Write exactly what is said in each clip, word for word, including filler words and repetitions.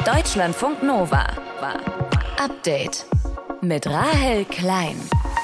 Deutschlandfunk Nova. Update mit Rahel Klein.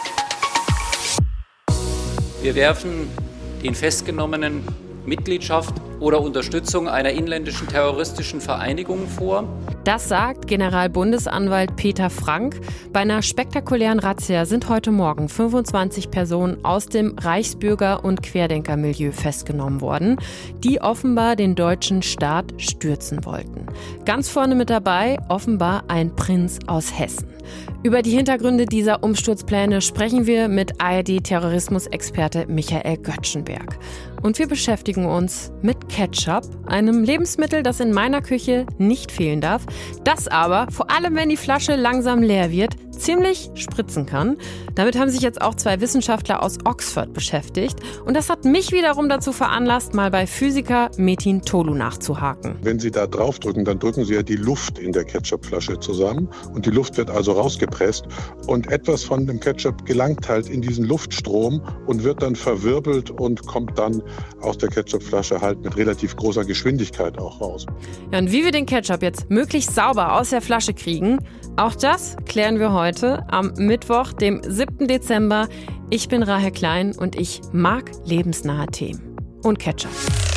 Wir werfen den Festgenommenen Mitgliedschaft oder Unterstützung einer inländischen terroristischen Vereinigung vor. Das sagt Generalbundesanwalt Peter Frank. Bei einer spektakulären Razzia sind heute Morgen fünfundzwanzig Personen aus dem Reichsbürger- und Querdenkermilieu festgenommen worden, die offenbar den deutschen Staat stürzen wollten. Ganz vorne mit dabei offenbar ein Prinz aus Hessen. Über die Hintergründe dieser Umsturzpläne sprechen wir mit A R D-Terrorismusexperte Michael Göttschenberg. Und wir beschäftigen uns mit Ketchup, einem Lebensmittel, das in meiner Küche nicht fehlen darf, das aber, vor allem wenn die Flasche langsam leer wird, ziemlich spritzen kann. Damit haben sich jetzt auch zwei Wissenschaftler aus Oxford beschäftigt. Und das hat mich wiederum dazu veranlasst, mal bei Physiker Metin Tolu nachzuhaken. Wenn Sie da draufdrücken, dann drücken Sie ja die Luft in der Ketchupflasche zusammen. Und die Luft wird also rausgepresst. Und etwas von dem Ketchup gelangt halt in diesen Luftstrom und wird dann verwirbelt und kommt dann aus der Ketchupflasche halt mit relativ großer Geschwindigkeit auch raus. Ja, und wie wir den Ketchup jetzt möglichst sauber aus der Flasche kriegen, auch das klären wir heute am Mittwoch, dem siebten Dezember. Ich bin Rahel Klein und ich mag lebensnahe Themen. Und Ketchup.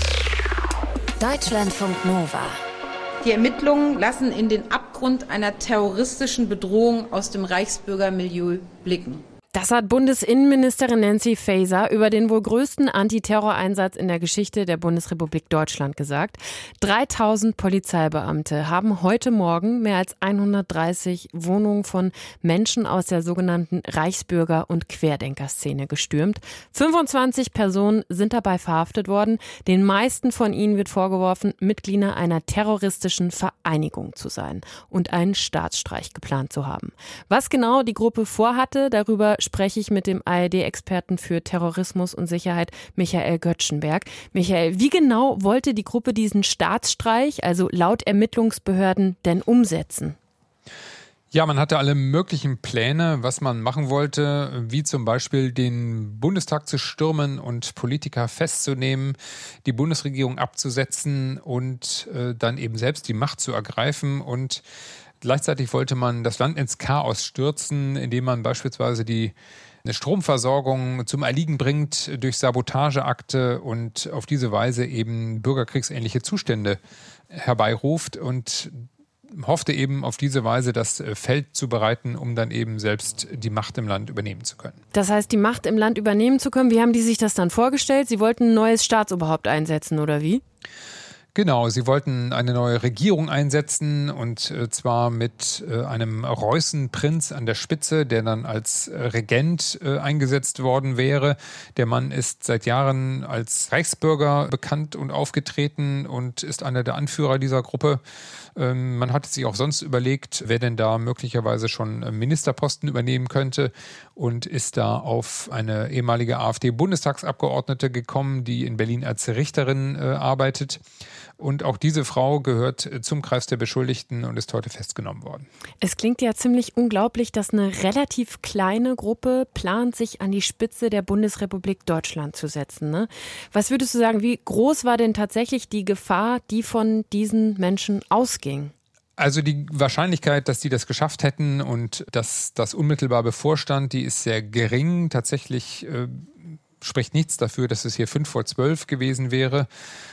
Deutschlandfunk Nova. Die Ermittlungen lassen in den Abgrund einer terroristischen Bedrohung aus dem Reichsbürgermilieu blicken. Das hat Bundesinnenministerin Nancy Faeser über den wohl größten Antiterroreinsatz in der Geschichte der Bundesrepublik Deutschland gesagt. dreitausend Polizeibeamte haben heute Morgen mehr als hundertdreißig Wohnungen von Menschen aus der sogenannten Reichsbürger- und Querdenkerszene gestürmt. fünfundzwanzig Personen sind dabei verhaftet worden. Den meisten von ihnen wird vorgeworfen, Mitglieder einer terroristischen Vereinigung zu sein und einen Staatsstreich geplant zu haben. Was genau die Gruppe vorhatte, darüber spreche ich mit dem A R D-Experten für Terrorismus und Sicherheit, Michael Göttschenberg. Michael, wie genau wollte die Gruppe diesen Staatsstreich, also laut Ermittlungsbehörden, denn umsetzen? Ja, man hatte alle möglichen Pläne, was man machen wollte, wie zum Beispiel den Bundestag zu stürmen und Politiker festzunehmen, die Bundesregierung abzusetzen und äh, dann eben selbst die Macht zu ergreifen. Und gleichzeitig wollte man das Land ins Chaos stürzen, indem man beispielsweise die eine Stromversorgung zum Erliegen bringt durch Sabotageakte und auf diese Weise eben bürgerkriegsähnliche Zustände herbeiruft und hoffte eben auf diese Weise das Feld zu bereiten, um dann eben selbst die Macht im Land übernehmen zu können. Das heißt, die Macht im Land übernehmen zu können, wie haben die sich das dann vorgestellt? Sie wollten ein neues Staatsoberhaupt einsetzen, oder wie? Genau, sie wollten eine neue Regierung einsetzen und äh, zwar mit äh, einem Reußenprinz an der Spitze, der dann als Regent äh, eingesetzt worden wäre. Der Mann ist seit Jahren als Reichsbürger bekannt und aufgetreten und ist einer der Anführer dieser Gruppe. Ähm, man hatte sich auch sonst überlegt, wer denn da möglicherweise schon Ministerposten übernehmen könnte und ist da auf eine ehemalige AfD-Bundestagsabgeordnete gekommen, die in Berlin als Richterin äh, arbeitet. Und auch diese Frau gehört zum Kreis der Beschuldigten und ist heute festgenommen worden. Es klingt ja ziemlich unglaublich, dass eine relativ kleine Gruppe plant, sich an die Spitze der Bundesrepublik Deutschland zu setzen, ne? Was würdest du sagen, wie groß war denn tatsächlich die Gefahr, die von diesen Menschen ausging? Also die Wahrscheinlichkeit, dass die das geschafft hätten und dass das unmittelbar bevorstand, die ist sehr gering. Tatsächlich äh, spricht nichts dafür, dass es hier fünf vor zwölf gewesen wäre.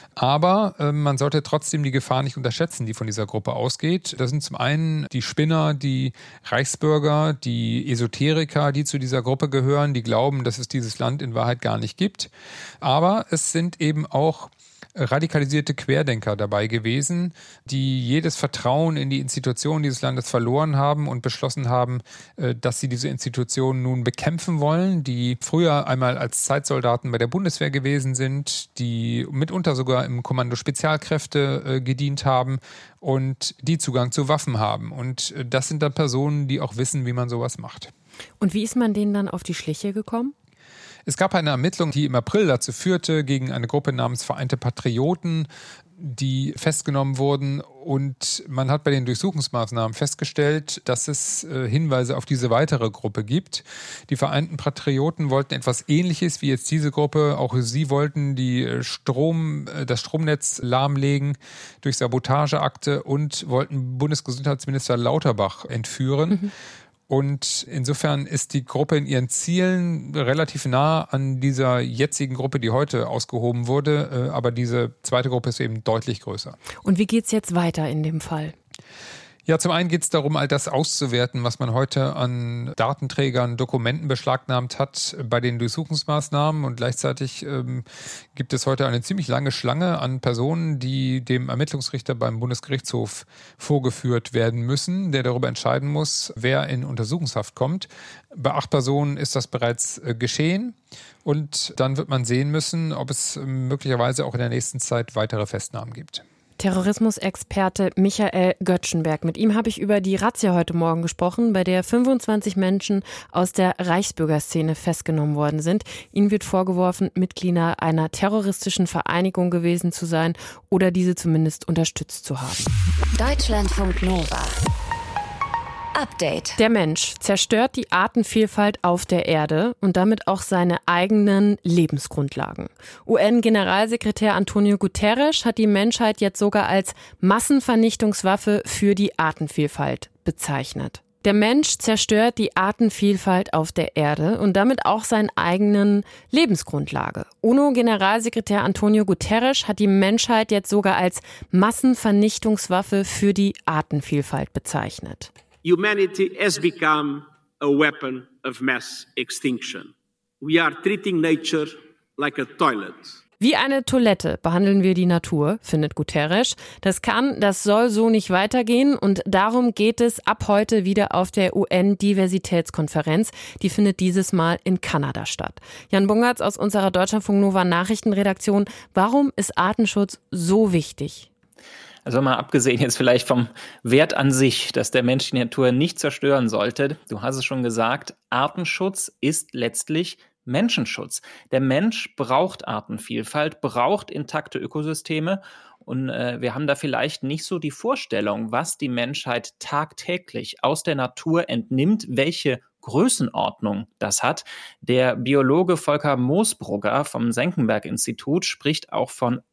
Aber äh, man sollte trotzdem die Gefahr nicht unterschätzen, die von dieser Gruppe ausgeht. Das sind zum einen die Spinner, die Reichsbürger, die Esoteriker, die zu dieser Gruppe gehören, die glauben, dass es dieses Land in Wahrheit gar nicht gibt. Aber es sind eben auch radikalisierte Querdenker dabei gewesen, die jedes Vertrauen in die Institutionen dieses Landes verloren haben und beschlossen haben, dass sie diese Institutionen nun bekämpfen wollen, die früher einmal als Zeitsoldaten bei der Bundeswehr gewesen sind, die mitunter sogar im Kommando Spezialkräfte gedient haben und die Zugang zu Waffen haben. Und das sind dann Personen, die auch wissen, wie man sowas macht. Und wie ist man denen dann auf die Schliche gekommen? Es gab eine Ermittlung, die im April dazu führte, gegen eine Gruppe namens Vereinte Patrioten, die festgenommen wurden. Und man hat bei den Durchsuchungsmaßnahmen festgestellt, dass es äh, Hinweise auf diese weitere Gruppe gibt. Die Vereinten Patrioten wollten etwas Ähnliches wie jetzt diese Gruppe. Auch sie wollten die Strom, das Stromnetz lahmlegen durch Sabotageakte und wollten Bundesgesundheitsminister Lauterbach entführen. Mhm. Und insofern ist die Gruppe in ihren Zielen relativ nah an dieser jetzigen Gruppe, die heute ausgehoben wurde. Aber diese zweite Gruppe ist eben deutlich größer. Und wie geht's jetzt weiter in dem Fall? Ja, zum einen geht es darum, all das auszuwerten, was man heute an Datenträgern, Dokumenten beschlagnahmt hat bei den Durchsuchungsmaßnahmen. Und gleichzeitig ähm, gibt es heute eine ziemlich lange Schlange an Personen, die dem Ermittlungsrichter beim Bundesgerichtshof vorgeführt werden müssen, der darüber entscheiden muss, wer in Untersuchungshaft kommt. Bei acht Personen ist das bereits äh, geschehen. Und dann wird man sehen müssen, ob es äh, möglicherweise auch in der nächsten Zeit weitere Festnahmen gibt. Terrorismusexperte Michael Göttschenberg. Mit ihm habe ich über die Razzia heute Morgen gesprochen, bei der fünfundzwanzig Menschen aus der Reichsbürgerszene festgenommen worden sind. Ihnen wird vorgeworfen, Mitglieder einer terroristischen Vereinigung gewesen zu sein oder diese zumindest unterstützt zu haben. Deutschlandfunk Nova. Update. Der Mensch zerstört die Artenvielfalt auf der Erde und damit auch seine eigenen Lebensgrundlagen. U N-Generalsekretär Antonio Guterres hat die Menschheit jetzt sogar als Massenvernichtungswaffe für die Artenvielfalt bezeichnet. Der Mensch zerstört die Artenvielfalt auf der Erde und damit auch seine eigenen Lebensgrundlage. UNO-Generalsekretär Antonio Guterres hat die Menschheit jetzt sogar als Massenvernichtungswaffe für die Artenvielfalt bezeichnet. Humanity has become a weapon of mass extinction. We are treating nature like a toilet. Wie eine Toilette behandeln wir die Natur, findet Guterres. Das kann, das soll so nicht weitergehen und darum geht es ab heute wieder auf der U N-Diversitätskonferenz. Die findet dieses Mal in Kanada statt. Jan Bungertz aus unserer Deutschlandfunk Nova Nachrichtenredaktion. Warum ist Artenschutz so wichtig? Also mal abgesehen jetzt vielleicht vom Wert an sich, dass der Mensch die Natur nicht zerstören sollte. Du hast es schon gesagt, Artenschutz ist letztlich Menschenschutz. Der Mensch braucht Artenvielfalt, braucht intakte Ökosysteme und äh, wir haben da vielleicht nicht so die Vorstellung, was die Menschheit tagtäglich aus der Natur entnimmt, welche Größenordnung das hat. Der Biologe Volker Moosbrugger vom Senckenberg-Institut spricht auch von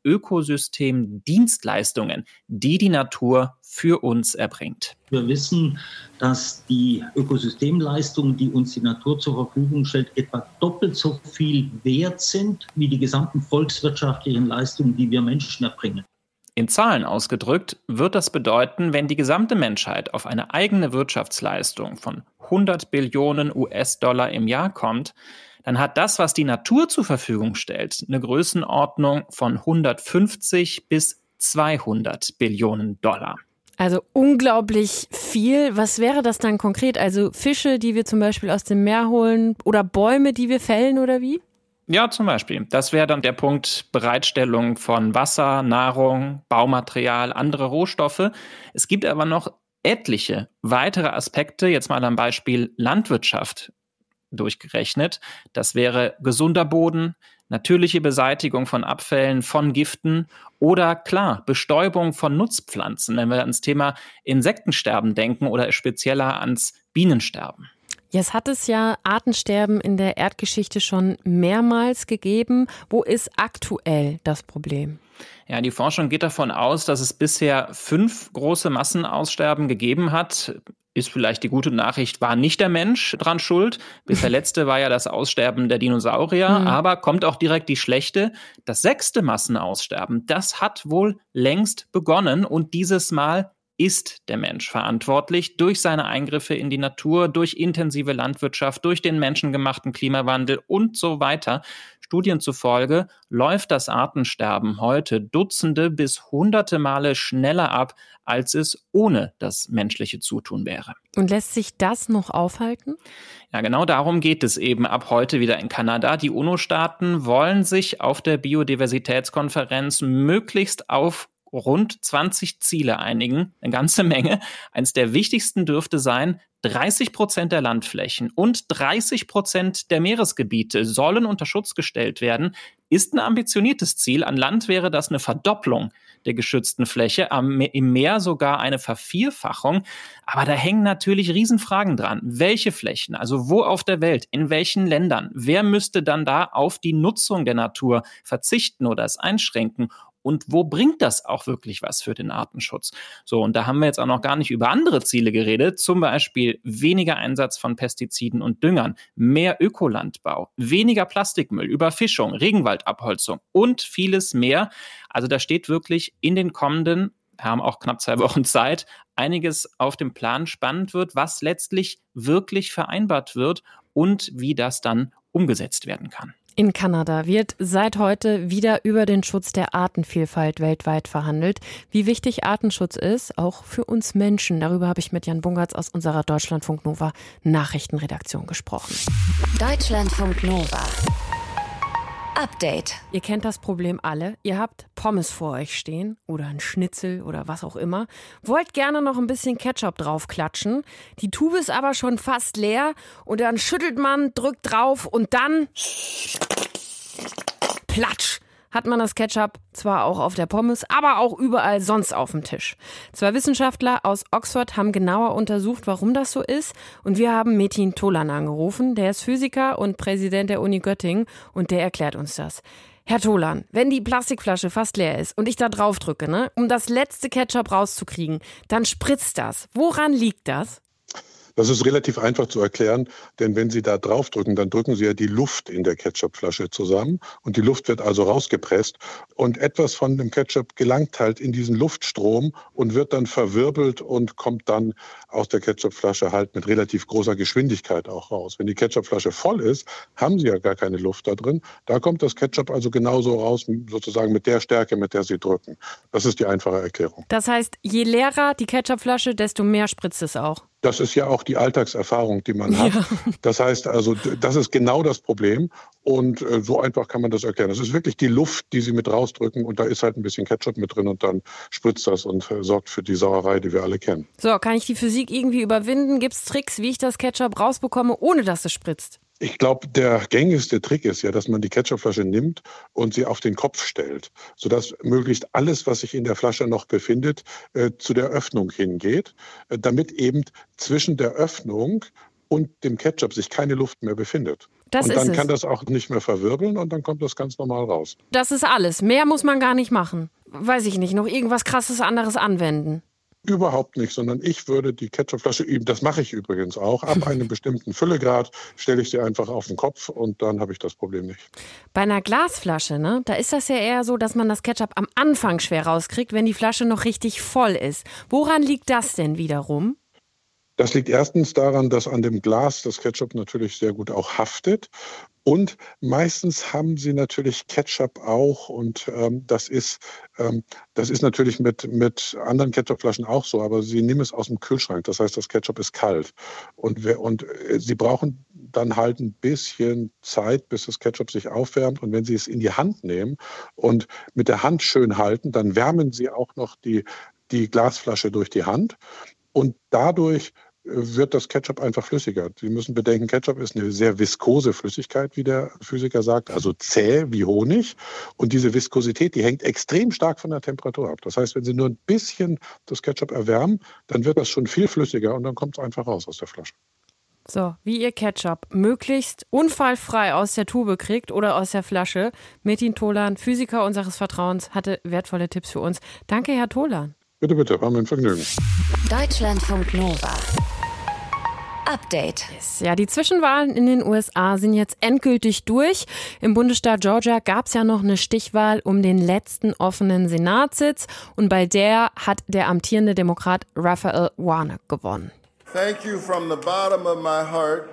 Ökosystemdienstleistungen, die die Natur für uns erbringt. Wir wissen, dass die Ökosystemleistungen, die uns die Natur zur Verfügung stellt, etwa doppelt so viel wert sind wie die gesamten volkswirtschaftlichen Leistungen, die wir Menschen erbringen. In Zahlen ausgedrückt wird das bedeuten, wenn die gesamte Menschheit auf eine eigene Wirtschaftsleistung von hundert Billionen U S-Dollar im Jahr kommt, dann hat das, was die Natur zur Verfügung stellt, eine Größenordnung von hundertfünfzig bis zweihundert Billionen Dollar. Also unglaublich viel. Was wäre das dann konkret? Also Fische, die wir zum Beispiel aus dem Meer holen oder Bäume, die wir fällen oder wie? Ja, zum Beispiel. Das wäre dann der Punkt Bereitstellung von Wasser, Nahrung, Baumaterial, andere Rohstoffe. Es gibt aber noch etliche weitere Aspekte, jetzt mal am Beispiel Landwirtschaft durchgerechnet. Das wäre gesunder Boden, natürliche Beseitigung von Abfällen, von Giften oder klar, Bestäubung von Nutzpflanzen, wenn wir ans Thema Insektensterben denken oder spezieller ans Bienensterben. Jetzt hat es ja Artensterben in der Erdgeschichte schon mehrmals gegeben. Wo ist aktuell das Problem? Ja, die Forschung geht davon aus, dass es bisher fünf große Massenaussterben gegeben hat. Ist vielleicht die gute Nachricht, war nicht der Mensch dran schuld. Bis der letzte war ja das Aussterben der Dinosaurier. Mhm. Aber kommt auch direkt die schlechte. Das sechste Massenaussterben, das hat wohl längst begonnen und dieses Mal ist der Mensch verantwortlich durch seine Eingriffe in die Natur, durch intensive Landwirtschaft, durch den menschengemachten Klimawandel und so weiter. Studien zufolge läuft das Artensterben heute Dutzende bis Hunderte Male schneller ab, als es ohne das menschliche Zutun wäre. Und lässt sich das noch aufhalten? Ja, genau darum geht es eben ab heute wieder in Kanada. Die UNO-Staaten wollen sich auf der Biodiversitätskonferenz möglichst auf rund zwanzig Ziele einigen, eine ganze Menge. Eins der wichtigsten dürfte sein, dreißig Prozent der Landflächen und dreißig Prozent der Meeresgebiete sollen unter Schutz gestellt werden. Ist ein ambitioniertes Ziel. An Land wäre das eine Verdopplung der geschützten Fläche, im Meer sogar eine Vervierfachung. Aber da hängen natürlich Riesenfragen dran. Welche Flächen, also wo auf der Welt, in welchen Ländern, wer müsste dann da auf die Nutzung der Natur verzichten oder es einschränken? Und wo bringt das auch wirklich was für den Artenschutz? So, und da haben wir jetzt auch noch gar nicht über andere Ziele geredet, zum Beispiel weniger Einsatz von Pestiziden und Düngern, mehr Ökolandbau, weniger Plastikmüll, Überfischung, Regenwaldabholzung und vieles mehr. Also da steht wirklich in den kommenden, wir haben auch knapp zwei Wochen Zeit, einiges auf dem Plan spannend wird, was letztlich wirklich vereinbart wird und wie das dann umgesetzt werden kann. In Kanada wird seit heute wieder über den Schutz der Artenvielfalt weltweit verhandelt. Wie wichtig Artenschutz ist, auch für uns Menschen. Darüber habe ich mit Jan Bungartz aus unserer Deutschlandfunk Nova Nachrichtenredaktion gesprochen. Deutschlandfunk Nova. Update. Ihr kennt das Problem alle. Ihr habt Pommes vor euch stehen oder ein Schnitzel oder was auch immer. Wollt gerne noch ein bisschen Ketchup draufklatschen. Die Tube ist aber schon fast leer und dann schüttelt man, drückt drauf und dann platsch. Hat man das Ketchup zwar auch auf der Pommes, aber auch überall sonst auf dem Tisch. Zwei Wissenschaftler aus Oxford haben genauer untersucht, warum das so ist. Und wir haben Metin Tolan angerufen. Der ist Physiker und Präsident der Uni Göttingen und der erklärt uns das. Herr Tolan, wenn die Plastikflasche fast leer ist und ich da drauf drücke, ne, um das letzte Ketchup rauszukriegen, dann spritzt das. Woran liegt das? Das ist relativ einfach zu erklären, denn wenn Sie da draufdrücken, dann drücken Sie ja die Luft in der Ketchupflasche zusammen und die Luft wird also rausgepresst und etwas von dem Ketchup gelangt halt in diesen Luftstrom und wird dann verwirbelt und kommt dann aus der Ketchupflasche halt mit relativ großer Geschwindigkeit auch raus. Wenn die Ketchupflasche voll ist, haben Sie ja gar keine Luft da drin. Da kommt das Ketchup also genauso raus, sozusagen mit der Stärke, mit der Sie drücken. Das ist die einfache Erklärung. Das heißt, je leerer die Ketchupflasche, desto mehr spritzt es auch. Das ist ja auch die Alltagserfahrung, die man hat. Ja. Das heißt also, das ist genau das Problem und äh, so einfach kann man das erklären. Das ist wirklich die Luft, die Sie mit rausdrücken und da ist halt ein bisschen Ketchup mit drin und dann spritzt das und äh, sorgt für die Sauerei, die wir alle kennen. So, kann ich die Physik irgendwie überwinden? Gibt es Tricks, wie ich das Ketchup rausbekomme, ohne dass es spritzt? Ich glaube, der gängigste Trick ist ja, dass man die Ketchupflasche nimmt und sie auf den Kopf stellt, sodass möglichst alles, was sich in der Flasche noch befindet, äh, zu der Öffnung hingeht, äh, damit eben zwischen der Öffnung und dem Ketchup sich keine Luft mehr befindet. Das und dann ist kann es. das auch nicht mehr verwirbeln und dann kommt das ganz normal raus. Das ist alles. Mehr muss man gar nicht machen. Weiß ich nicht, noch irgendwas Krasses anderes anwenden. Überhaupt nicht, sondern ich würde die Ketchupflasche, das mache ich übrigens auch, ab einem bestimmten Füllegrad stelle ich sie einfach auf den Kopf und dann habe ich das Problem nicht. Bei einer Glasflasche, ne, da ist das ja eher so, dass man das Ketchup am Anfang schwer rauskriegt, wenn die Flasche noch richtig voll ist. Woran liegt das denn wiederum? Das liegt erstens daran, dass an dem Glas das Ketchup natürlich sehr gut auch haftet. Und meistens haben sie natürlich Ketchup auch und ähm, das ist ähm, das ist natürlich mit, mit anderen Ketchupflaschen auch so, aber sie nehmen es aus dem Kühlschrank. Das heißt, das Ketchup ist kalt. Und, wir, und äh, sie brauchen dann halt ein bisschen Zeit, bis das Ketchup sich aufwärmt. Und wenn sie es in die Hand nehmen und mit der Hand schön halten, dann wärmen sie auch noch die, die Glasflasche durch die Hand. Und dadurch wird das Ketchup einfach flüssiger. Sie müssen bedenken, Ketchup ist eine sehr viskose Flüssigkeit, wie der Physiker sagt, also zäh wie Honig. Und diese Viskosität, die hängt extrem stark von der Temperatur ab. Das heißt, wenn Sie nur ein bisschen das Ketchup erwärmen, dann wird das schon viel flüssiger und dann kommt es einfach raus aus der Flasche. So, wie ihr Ketchup möglichst unfallfrei aus der Tube kriegt oder aus der Flasche. Metin Tolan, Physiker unseres Vertrauens, hatte wertvolle Tipps für uns. Danke, Herr Tolan. Bitte, bitte, war mir ein Vergnügen. Deutschlandfunk Nova. Update. Ja, die Zwischenwahlen in den U S A sind jetzt endgültig durch. Im Bundesstaat Georgia gab es ja noch eine Stichwahl um den letzten offenen Senatssitz und bei der hat der amtierende Demokrat Raphael Warnock gewonnen. Thank you from the bottom of my heart.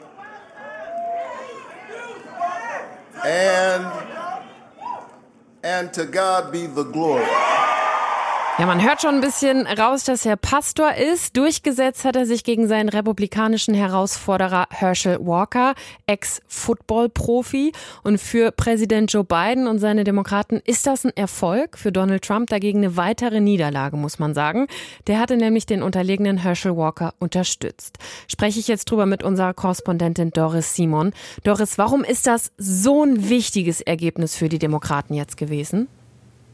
And, and to God be the glory. Ja, man hört schon ein bisschen raus, dass er Pastor ist. Durchgesetzt hat er sich gegen seinen republikanischen Herausforderer Herschel Walker, Ex-Football-Profi. Und für Präsident Joe Biden und seine Demokraten ist das ein Erfolg. Für Donald Trump dagegen eine weitere Niederlage, muss man sagen. Der hatte nämlich den unterlegenen Herschel Walker unterstützt. Spreche ich jetzt drüber mit unserer Korrespondentin Doris Simon. Doris, warum ist das so ein wichtiges Ergebnis für die Demokraten jetzt gewesen?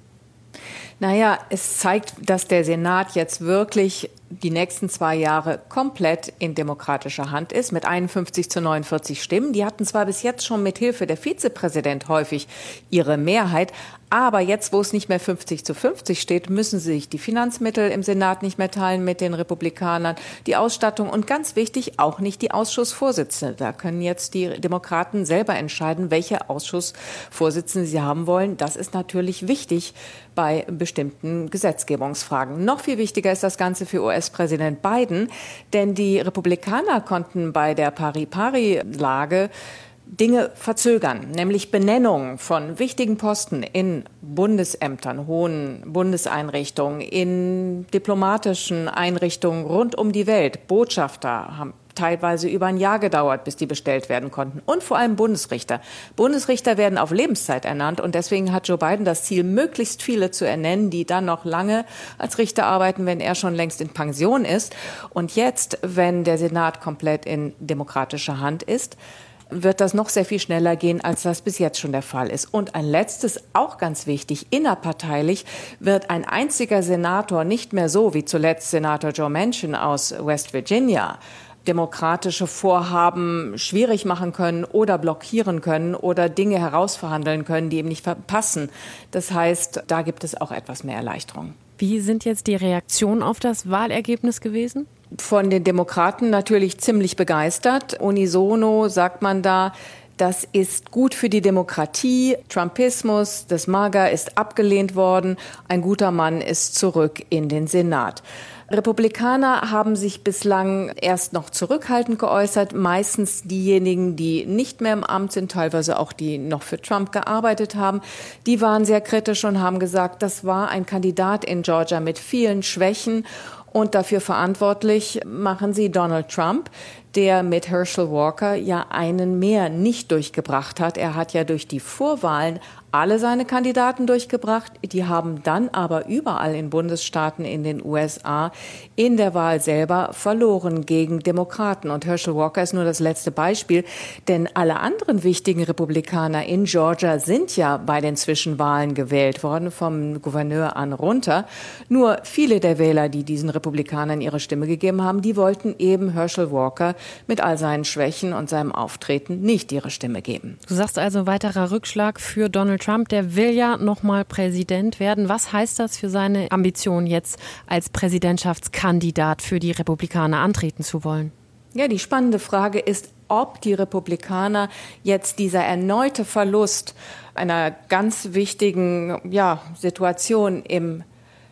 Naja, es zeigt, dass der Senat jetzt wirklich die nächsten zwei Jahre komplett in demokratischer Hand ist, mit einundfünfzig zu neunundvierzig Stimmen. Die hatten zwar bis jetzt schon mit Hilfe der Vizepräsident häufig ihre Mehrheit, aber jetzt, wo es nicht mehr fünfzig zu fünfzig steht, müssen sie sich die Finanzmittel im Senat nicht mehr teilen mit den Republikanern, die Ausstattung und ganz wichtig, auch nicht die Ausschussvorsitzende. Da können jetzt die Demokraten selber entscheiden, welche Ausschussvorsitzende sie haben wollen. Das ist natürlich wichtig bei bestimmten Gesetzgebungsfragen. Noch viel wichtiger ist das Ganze für U S-Präsident Biden, denn die Republikaner konnten bei der Pari-Pari-Lage Dinge verzögern, nämlich Benennungen von wichtigen Posten in Bundesämtern, hohen Bundeseinrichtungen, in diplomatischen Einrichtungen rund um die Welt. Botschafter haben teilweise über ein Jahr gedauert, bis die bestellt werden konnten. Und vor allem Bundesrichter. Bundesrichter werden auf Lebenszeit ernannt und deswegen hat Joe Biden das Ziel, möglichst viele zu ernennen, die dann noch lange als Richter arbeiten, wenn er schon längst in Pension ist. Und jetzt, wenn der Senat komplett in demokratischer Hand ist, wird das noch sehr viel schneller gehen, als das bis jetzt schon der Fall ist. Und ein letztes, auch ganz wichtig, innerparteilich wird ein einziger Senator nicht mehr so wie zuletzt Senator Joe Manchin aus West Virginia demokratische Vorhaben schwierig machen können oder blockieren können oder Dinge herausverhandeln können, die ihm nicht passen. Das heißt, da gibt es auch etwas mehr Erleichterung. Wie sind jetzt die Reaktionen auf das Wahlergebnis gewesen? Von den Demokraten natürlich ziemlich begeistert. Unisono sagt man da, das ist gut für die Demokratie. Trumpismus, das MAGA ist abgelehnt worden. Ein guter Mann ist zurück in den Senat. Republikaner haben sich bislang erst noch zurückhaltend geäußert. Meistens diejenigen, die nicht mehr im Amt sind, teilweise auch die noch für Trump gearbeitet haben. Die waren sehr kritisch und haben gesagt, das war ein Kandidat in Georgia mit vielen Schwächen. Und dafür verantwortlich machen sie Donald Trump, der mit Herschel Walker ja einen mehr nicht durchgebracht hat. Er hat ja durch die Vorwahlen alle seine Kandidaten durchgebracht. Die haben dann aber überall in Bundesstaaten in den U S A in der Wahl selber verloren gegen Demokraten. Und Herschel Walker ist nur das letzte Beispiel, denn alle anderen wichtigen Republikaner in Georgia sind ja bei den Zwischenwahlen gewählt worden, vom Gouverneur an runter. Nur viele der Wähler, die diesen Republikanern ihre Stimme gegeben haben, die wollten eben Herschel Walker mit all seinen Schwächen und seinem Auftreten nicht ihre Stimme geben. Du sagst also, weiterer Rückschlag für Donald Trump, der will ja noch mal Präsident werden. Was heißt das für seine Ambition, jetzt als Präsidentschaftskandidat für die Republikaner antreten zu wollen? Ja, die spannende Frage ist, ob die Republikaner jetzt dieser erneute Verlust einer ganz wichtigen ja, Situation im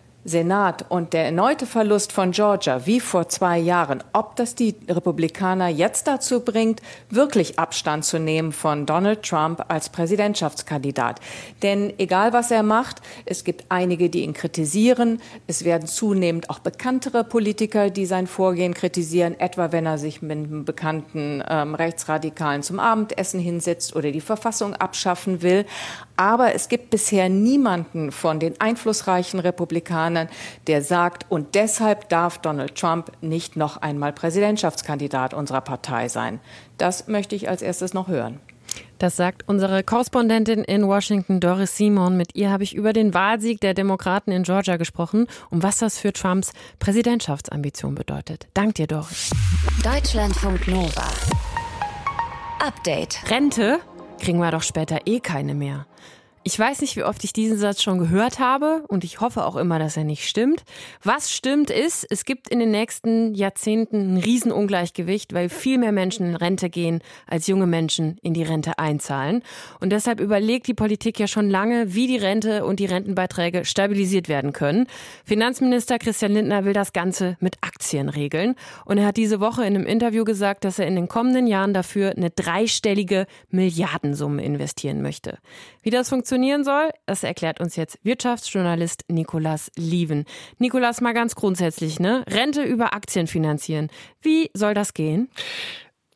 Senat und der erneute Verlust von Georgia, wie vor zwei Jahren, ob das die Republikaner jetzt dazu bringt, wirklich Abstand zu nehmen von Donald Trump als Präsidentschaftskandidat. Denn egal, was er macht, es gibt einige, die ihn kritisieren. Es werden zunehmend auch bekanntere Politiker, die sein Vorgehen kritisieren, etwa wenn er sich mit einem bekannten ähm, Rechtsradikalen zum Abendessen hinsetzt oder die Verfassung abschaffen will. Aber es gibt bisher niemanden von den einflussreichen Republikanern, der sagt, und deshalb darf Donald Trump nicht noch einmal Präsidentschaftskandidat unserer Partei sein. Das möchte ich als erstes noch hören. Das sagt unsere Korrespondentin in Washington, Doris Simon. Mit ihr habe ich über den Wahlsieg der Demokraten in Georgia gesprochen und was das für Trumps Präsidentschaftsambition bedeutet. Dank dir, Doris. Deutschlandfunk Nova. Update. Rente kriegen wir doch später eh keine mehr. Ich weiß nicht, wie oft ich diesen Satz schon gehört habe und ich hoffe auch immer, dass er nicht stimmt. Was stimmt ist, es gibt in den nächsten Jahrzehnten ein Riesenungleichgewicht, weil viel mehr Menschen in Rente gehen, als junge Menschen in die Rente einzahlen. Und deshalb überlegt die Politik ja schon lange, wie die Rente und die Rentenbeiträge stabilisiert werden können. Finanzminister Christian Lindner will das Ganze mit Aktien regeln. Und er hat diese Woche in einem Interview gesagt, dass er in den kommenden Jahren dafür eine dreistellige Milliardensumme investieren möchte. Wie das funktionieren soll, das erklärt uns jetzt Wirtschaftsjournalist Nicolas Lieven. Nicolas, mal ganz grundsätzlich, ne? Rente über Aktien finanzieren. Wie soll das gehen?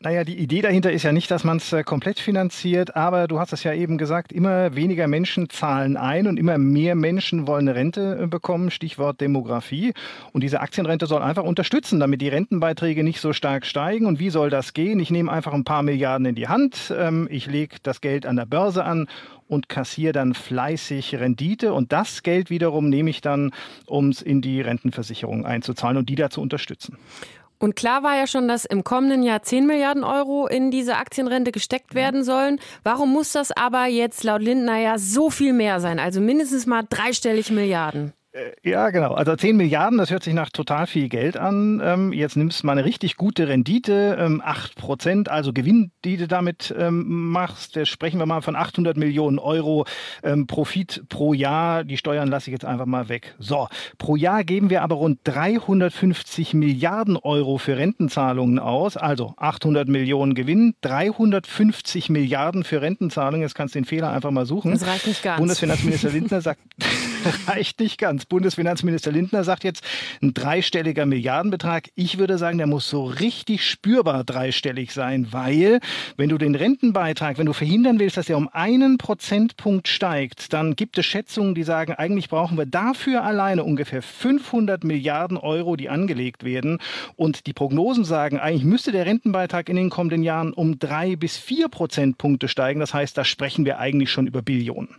Naja, die Idee dahinter ist ja nicht, dass man es äh, komplett finanziert, aber du hast es ja eben gesagt, immer weniger Menschen zahlen ein und immer mehr Menschen wollen eine Rente äh, bekommen, Stichwort Demografie. Und diese Aktienrente soll einfach unterstützen, damit die Rentenbeiträge nicht so stark steigen. Und wie soll das gehen? Ich nehme einfach ein paar Milliarden in die Hand, ähm, ich lege das Geld an der Börse an und kassiere dann fleißig Rendite. Und das Geld wiederum nehme ich dann, um es in die Rentenversicherung einzuzahlen und die da zu unterstützen. Und klar war ja schon, dass im kommenden Jahr zehn Milliarden Euro in diese Aktienrente gesteckt werden sollen. Warum muss das aber jetzt laut Lindner ja so viel mehr sein? Also mindestens mal dreistellig Milliarden. Ja, genau. Also zehn Milliarden, das hört sich nach total viel Geld an. Ähm, jetzt nimmst du mal eine richtig gute Rendite, ähm, acht Prozent, also Gewinn, die du damit ähm, machst. Da sprechen wir mal von achthundert Millionen Euro ähm, Profit pro Jahr. Die Steuern lasse ich jetzt einfach mal weg. So, pro Jahr geben wir aber rund dreihundertfünfzig Milliarden Euro für Rentenzahlungen aus. Also achthundert Millionen Gewinn, dreihundertfünfzig Milliarden für Rentenzahlungen. Jetzt kannst du den Fehler einfach mal suchen. Das reicht nicht ganz. Bundesfinanzminister Lindner sagt, reicht nicht ganz. Bundesfinanzminister Lindner sagt jetzt ein dreistelliger Milliardenbetrag. Ich würde sagen, der muss so richtig spürbar dreistellig sein, weil wenn du den Rentenbeitrag, wenn du verhindern willst, dass er um einen Prozentpunkt steigt, dann gibt es Schätzungen, die sagen, eigentlich brauchen wir dafür alleine ungefähr fünfhundert Milliarden Euro, die angelegt werden. Und die Prognosen sagen, eigentlich müsste der Rentenbeitrag in den kommenden Jahren um drei bis vier Prozentpunkte steigen. Das heißt, da sprechen wir eigentlich schon über Billionen.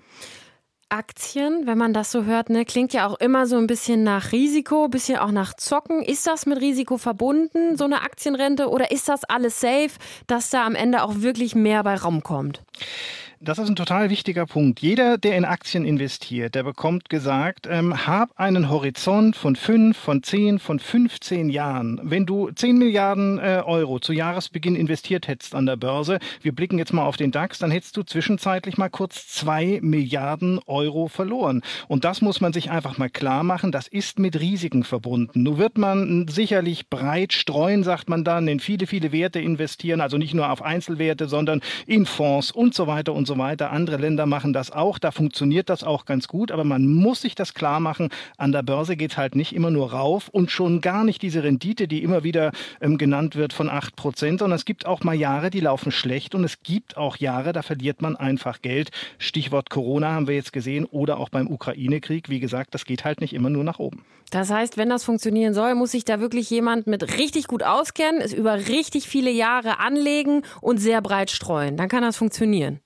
Aktien, wenn man das so hört, ne, klingt ja auch immer so ein bisschen nach Risiko, ein bisschen auch nach Zocken. Ist das mit Risiko verbunden, so eine Aktienrente, oder ist das alles safe, dass da am Ende auch wirklich mehr bei rumkommt? Das ist ein total wichtiger Punkt. Jeder, der in Aktien investiert, der bekommt gesagt, ähm, hab einen Horizont von fünf, von zehn, von fünfzehn Jahren. Wenn du zehn Milliarden äh, Euro zu Jahresbeginn investiert hättest an der Börse, wir blicken jetzt mal auf den DAX, dann hättest du zwischenzeitlich mal kurz zwei Milliarden Euro verloren. Und das muss man sich einfach mal klar machen, das ist mit Risiken verbunden. Nun wird man sicherlich breit streuen, sagt man dann, in viele, viele Werte investieren, also nicht nur auf Einzelwerte, sondern in Fonds und so weiter und so weiter. Andere Länder machen das auch, da funktioniert das auch ganz gut, aber man muss sich das klar machen, an der Börse geht es halt nicht immer nur rauf und schon gar nicht diese Rendite, die immer wieder ähm, genannt wird von acht Prozent, sondern es gibt auch mal Jahre, die laufen schlecht und es gibt auch Jahre, da verliert man einfach Geld. Stichwort Corona haben wir jetzt gesehen oder auch beim Ukraine-Krieg. Wie gesagt, das geht halt nicht immer nur nach oben. Das heißt, wenn das funktionieren soll, muss sich da wirklich jemand mit richtig gut auskennen, es über richtig viele Jahre anlegen und sehr breit streuen. Dann kann das funktionieren.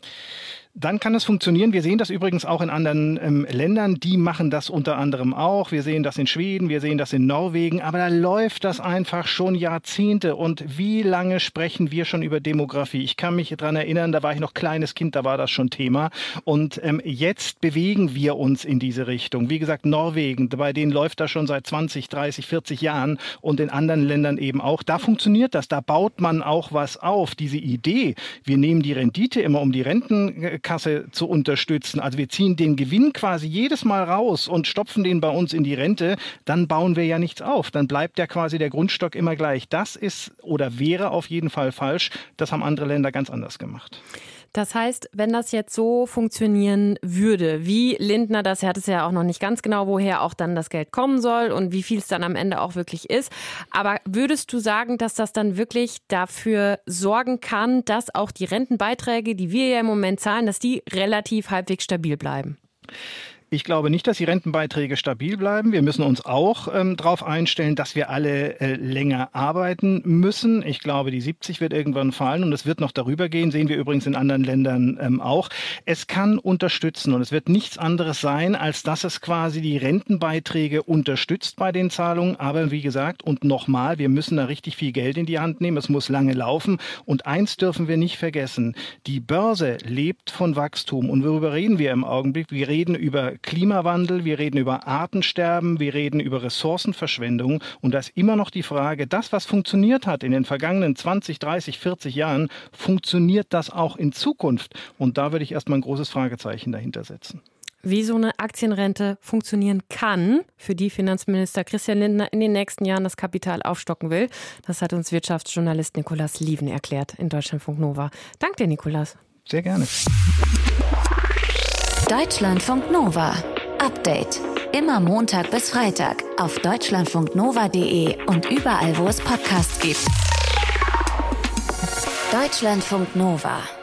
Dann kann es funktionieren. Wir sehen das übrigens auch in anderen ähm, Ländern. Die machen das unter anderem auch. Wir sehen das in Schweden, wir sehen das in Norwegen. Aber da läuft das einfach schon Jahrzehnte. Und wie lange sprechen wir schon über Demografie? Ich kann mich daran erinnern, da war ich noch kleines Kind, da war das schon Thema. Und ähm, jetzt bewegen wir uns in diese Richtung. Wie gesagt, Norwegen, bei denen läuft das schon seit zwanzig, dreißig, vierzig Jahren und in anderen Ländern eben auch. Da funktioniert das. Da baut man auch was auf. Diese Idee, wir nehmen die Rendite immer um die Renten Kasse zu unterstützen. Also wir ziehen den Gewinn quasi jedes Mal raus und stopfen den bei uns in die Rente, dann bauen wir ja nichts auf. Dann bleibt ja quasi der Grundstock immer gleich. Das ist oder wäre auf jeden Fall falsch. Das haben andere Länder ganz anders gemacht. Das heißt, wenn das jetzt so funktionieren würde, wie Lindner das, er hat es ja auch noch nicht ganz genau, woher auch dann das Geld kommen soll und wie viel es dann am Ende auch wirklich ist. Aber würdest du sagen, dass das dann wirklich dafür sorgen kann, dass auch die Rentenbeiträge, die wir ja im Moment zahlen, dass die relativ halbwegs stabil bleiben? Ich glaube nicht, dass die Rentenbeiträge stabil bleiben. Wir müssen uns auch ähm, darauf einstellen, dass wir alle äh, länger arbeiten müssen. Ich glaube, die siebzig wird irgendwann fallen und es wird noch darüber gehen. Sehen wir übrigens in anderen Ländern ähm, auch. Es kann unterstützen und es wird nichts anderes sein, als dass es quasi die Rentenbeiträge unterstützt bei den Zahlungen. Aber wie gesagt, und nochmal, wir müssen da richtig viel Geld in die Hand nehmen. Es muss lange laufen. Und eins dürfen wir nicht vergessen. Die Börse lebt von Wachstum. Und worüber reden wir im Augenblick? Wir reden über Klimawandel, wir reden über Artensterben, wir reden über Ressourcenverschwendung und da ist immer noch die Frage, das, was funktioniert hat in den vergangenen zwanzig, dreißig, vierzig Jahren, funktioniert das auch in Zukunft? Und da würde ich erstmal ein großes Fragezeichen dahinter setzen. Wie so eine Aktienrente funktionieren kann, für die Finanzminister Christian Lindner in den nächsten Jahren das Kapital aufstocken will, das hat uns Wirtschaftsjournalist Nikolaus Lieven erklärt in Deutschlandfunk Nova. Danke dir, Nikolaus. Sehr gerne. Deutschlandfunk Nova. Update. Immer Montag bis Freitag auf deutschlandfunknova punkt de und überall, wo es Podcasts gibt. Deutschlandfunk Nova.